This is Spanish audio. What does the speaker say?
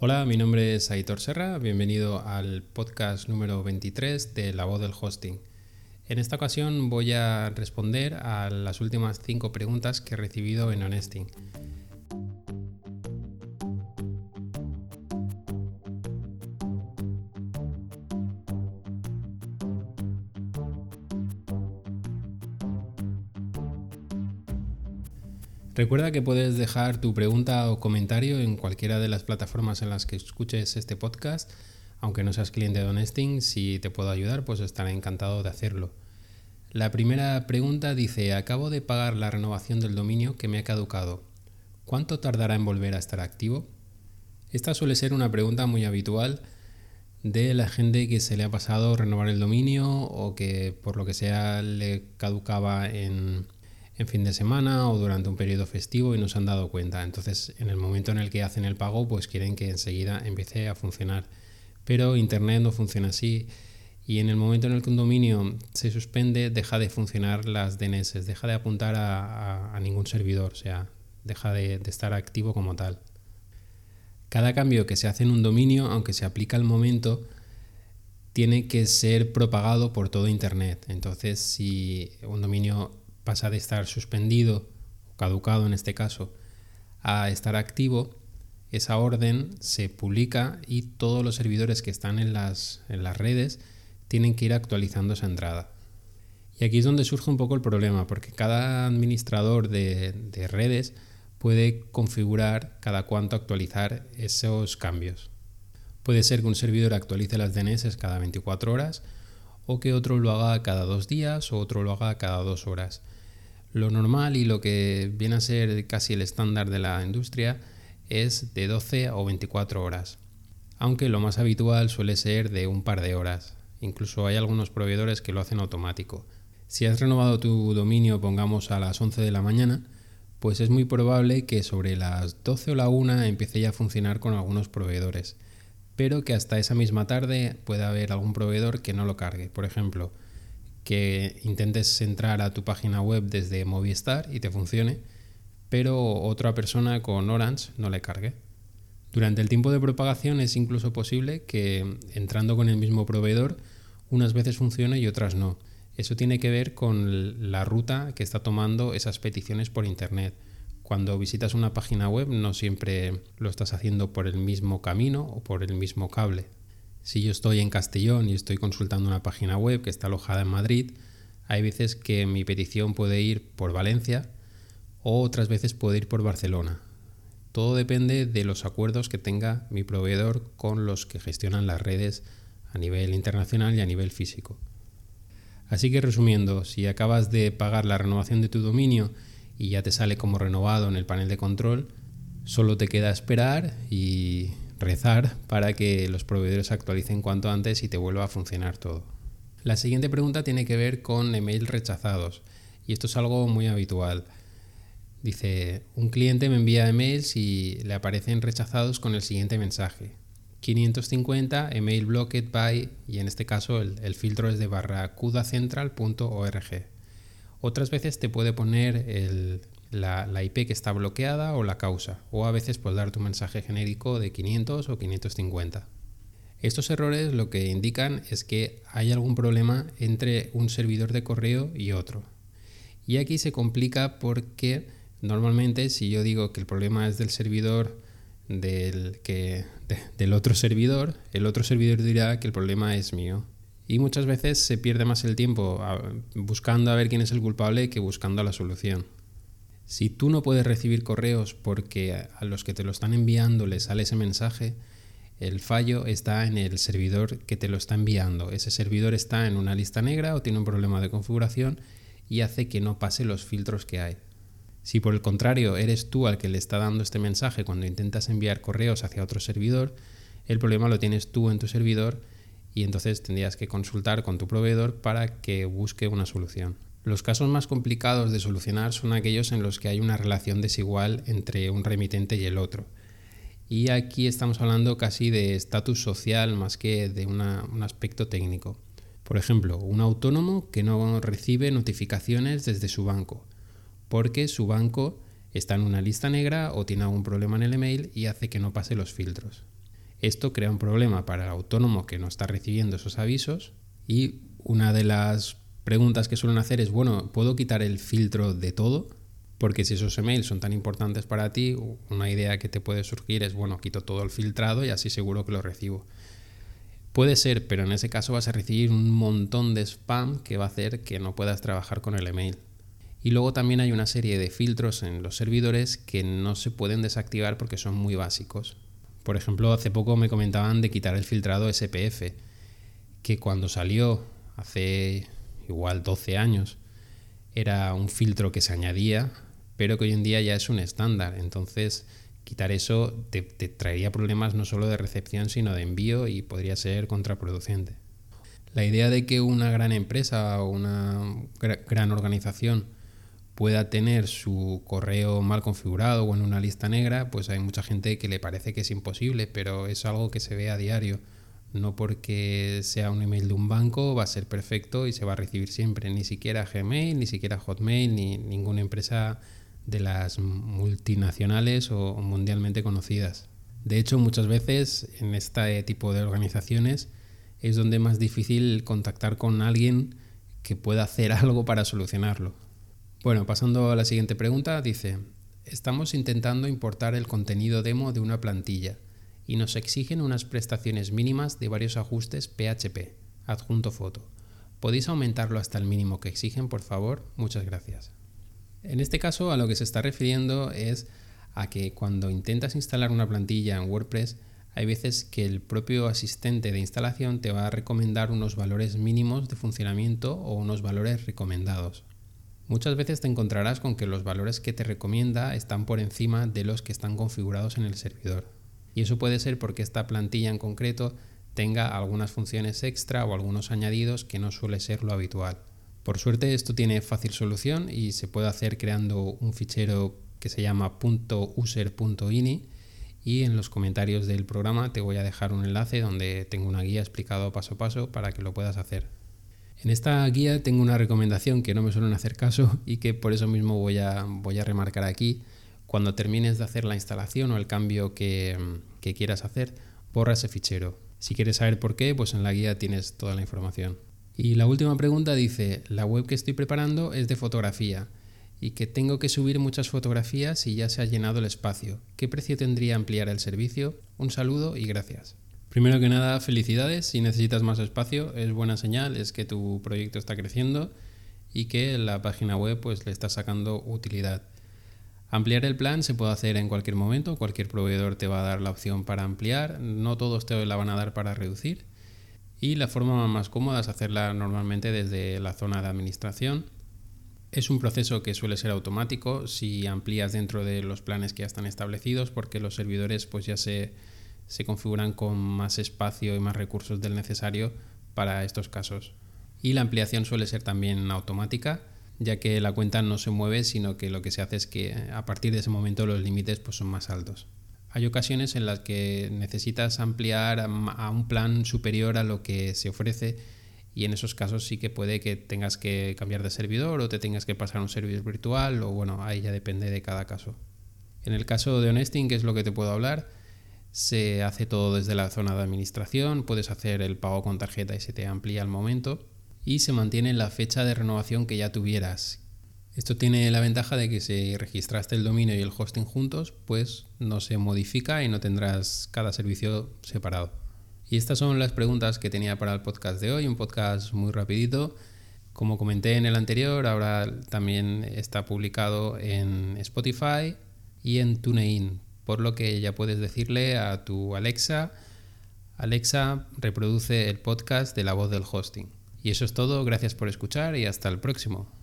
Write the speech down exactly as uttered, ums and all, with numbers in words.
Hola, mi nombre es Aitor Serra, bienvenido al podcast número veintitrés de La Voz del Hosting. En esta ocasión voy a responder a las últimas cinco preguntas que he recibido en Honesting. Recuerda que puedes dejar tu pregunta o comentario en cualquiera de las plataformas en las que escuches este podcast. Aunque no seas cliente de Honesting, si te puedo ayudar, pues estaré encantado de hacerlo. La primera pregunta dice: acabo de pagar la renovación del dominio que me ha caducado. ¿Cuánto tardará en volver a estar activo? Esta suele ser una pregunta muy habitual de la gente que se le ha pasado renovar el dominio o que por lo que sea le caducaba en, en fin de semana o durante un periodo festivo y no se han dado cuenta. Entonces, en el momento en el que hacen el pago, pues quieren que enseguida empiece a funcionar. Pero Internet no funciona así. Y en el momento en el que un dominio se suspende, deja de funcionar las D N S, deja de apuntar a, a, a ningún servidor, o sea, deja de, de estar activo como tal. Cada cambio que se hace en un dominio, aunque se aplica al momento, tiene que ser propagado por todo Internet. Entonces, si un dominio pasa de estar suspendido, o caducado en este caso, a estar activo, esa orden se publica y todos los servidores que están en las, en las redes tienen que ir actualizando esa entrada. Y aquí es donde surge un poco el problema, porque cada administrador de, de redes puede configurar cada cuánto actualizar esos cambios. Puede ser que un servidor actualice las D N S cada veinticuatro horas o que otro lo haga cada dos días o otro lo haga cada dos horas. Lo normal y lo que viene a ser casi el estándar de la industria es de doce o veinticuatro horas, aunque lo más habitual suele ser de un par de horas. Incluso hay algunos proveedores que lo hacen automático. Si has renovado tu dominio, pongamos a las once de la mañana, pues es muy probable que sobre las doce o la una empiece ya a funcionar con algunos proveedores, pero que hasta esa misma tarde pueda haber algún proveedor que no lo cargue. Por ejemplo, que intentes entrar a tu página web desde Movistar y te funcione, pero otra persona con Orange no le cargue. Durante el tiempo de propagación es incluso posible que entrando con el mismo proveedor unas veces funcione y otras no. Eso tiene que ver con la ruta que está tomando esas peticiones por Internet. Cuando visitas una página web no siempre lo estás haciendo por el mismo camino o por el mismo cable. Si yo estoy en Castellón y estoy consultando una página web que está alojada en Madrid, hay veces que mi petición puede ir por Valencia o otras veces puede ir por Barcelona. Todo depende de los acuerdos que tenga mi proveedor con los que gestionan las redes a nivel internacional y a nivel físico. Así que resumiendo, si acabas de pagar la renovación de tu dominio y ya te sale como renovado en el panel de control, solo te queda esperar y rezar para que los proveedores actualicen cuanto antes y te vuelva a funcionar todo. La siguiente pregunta tiene que ver con emails rechazados y esto es algo muy habitual. Dice: un cliente me envía emails y le aparecen rechazados con el siguiente mensaje: quinientos cincuenta email blocked by, y en este caso el, el filtro es de barracudacentral punto org. Otras veces te puede poner el, la, la I P que está bloqueada o la causa, o a veces puedes dar tu mensaje genérico de quinientos o quinientos cincuenta. Estos errores lo que indican es que hay algún problema entre un servidor de correo y otro. Y aquí se complica porque normalmente si yo digo que el problema es del servidor del, que, de, del otro servidor, el otro servidor dirá que el problema es mío. Y muchas veces se pierde más el tiempo a, buscando a ver quién es el culpable que buscando la solución. Si tú no puedes recibir correos porque a los que te lo están enviando les sale ese mensaje, el fallo está en el servidor que te lo está enviando. Ese servidor está en una lista negra o tiene un problema de configuración y hace que no pase los filtros que hay. Si por el contrario eres tú al que le está dando este mensaje cuando intentas enviar correos hacia otro servidor, el problema lo tienes tú en tu servidor y entonces tendrías que consultar con tu proveedor para que busque una solución. Los casos más complicados de solucionar son aquellos en los que hay una relación desigual entre un remitente y el otro. Y aquí estamos hablando casi de estatus social más que de una, un aspecto técnico. Por ejemplo, un autónomo que no recibe notificaciones desde su banco, porque su banco está en una lista negra o tiene algún problema en el email y hace que no pase los filtros. Esto crea un problema para el autónomo que no está recibiendo esos avisos, y una de las preguntas que suelen hacer es, bueno, ¿puedo quitar el filtro de todo? Porque si esos emails son tan importantes para ti, una idea que te puede surgir es, bueno, quito todo el filtrado y así seguro que lo recibo. Puede ser, pero en ese caso vas a recibir un montón de spam que va a hacer que no puedas trabajar con el email. Y luego también hay una serie de filtros en los servidores que no se pueden desactivar porque son muy básicos. Por ejemplo, hace poco me comentaban de quitar el filtrado S P F, que cuando salió hace igual doce años era un filtro que se añadía, pero que hoy en día ya es un estándar. Entonces, quitar eso te, te traería problemas no solo de recepción, sino de envío, y podría ser contraproducente. La idea de que una gran empresa o una gran organización pueda tener su correo mal configurado o en una lista negra, pues hay mucha gente que le parece que es imposible, pero es algo que se ve a diario. No porque sea un email de un banco va a ser perfecto y se va a recibir siempre, ni siquiera Gmail, ni siquiera Hotmail, ni ninguna empresa de las multinacionales o mundialmente conocidas. De hecho, muchas veces en este tipo de organizaciones es donde es más difícil contactar con alguien que pueda hacer algo para solucionarlo. Bueno, pasando a la siguiente pregunta, dice: estamos intentando importar el contenido demo de una plantilla y nos exigen unas prestaciones mínimas de varios ajustes P H P, adjunto foto. ¿Podéis aumentarlo hasta el mínimo que exigen, por favor? Muchas gracias. En este caso, a lo que se está refiriendo es a que cuando intentas instalar una plantilla en WordPress, hay veces que el propio asistente de instalación te va a recomendar unos valores mínimos de funcionamiento o unos valores recomendados. Muchas veces te encontrarás con que los valores que te recomienda están por encima de los que están configurados en el servidor. Y eso puede ser porque esta plantilla en concreto tenga algunas funciones extra o algunos añadidos que no suele ser lo habitual. Por suerte esto tiene fácil solución y se puede hacer creando un fichero que se llama .user.ini, y en los comentarios del programa te voy a dejar un enlace donde tengo una guía explicado paso a paso para que lo puedas hacer. En esta guía tengo una recomendación que no me suelen hacer caso y que por eso mismo voy a, voy a remarcar aquí. Cuando termines de hacer la instalación o el cambio que, que quieras hacer, borra ese fichero. Si quieres saber por qué, pues en la guía tienes toda la información. Y la última pregunta dice: la web que estoy preparando es de fotografía y que tengo que subir muchas fotografías y ya se ha llenado el espacio. ¿Qué precio tendría ampliar el servicio? Un saludo y gracias. Primero que nada, felicidades. Si necesitas más espacio, es buena señal, es que tu proyecto está creciendo y que la página web pues le está sacando utilidad. Ampliar el plan se puede hacer en cualquier momento, cualquier proveedor te va a dar la opción para ampliar, no todos te la van a dar para reducir, y la forma más cómoda es hacerla normalmente desde la zona de administración. Es un proceso que suele ser automático si amplías dentro de los planes que ya están establecidos, porque los servidores pues ya se, se configuran con más espacio y más recursos del necesario para estos casos. Y la ampliación suele ser también automática, ya que la cuenta no se mueve, sino que lo que se hace es que a partir de ese momento los límites pues son más altos. Hay ocasiones en las que necesitas ampliar a un plan superior a lo que se ofrece, y en esos casos sí que puede que tengas que cambiar de servidor o te tengas que pasar a un servidor virtual, o bueno, ahí ya depende de cada caso. En el caso de Honesting, que es lo que te puedo hablar, se hace todo desde la zona de administración, puedes hacer el pago con tarjeta y se te amplía al momento, y se mantiene la fecha de renovación que ya tuvieras. Esto tiene la ventaja de que si registraste el dominio y el hosting juntos, pues no se modifica y no tendrás cada servicio separado. Y estas son las preguntas que tenía para el podcast de hoy, un podcast muy rapidito. Como comenté en el anterior, ahora también está publicado en Spotify y en TuneIn, por lo que ya puedes decirle a tu Alexa: Alexa, reproduce el podcast de La Voz del Hosting. Y eso es todo, gracias por escuchar y hasta el próximo.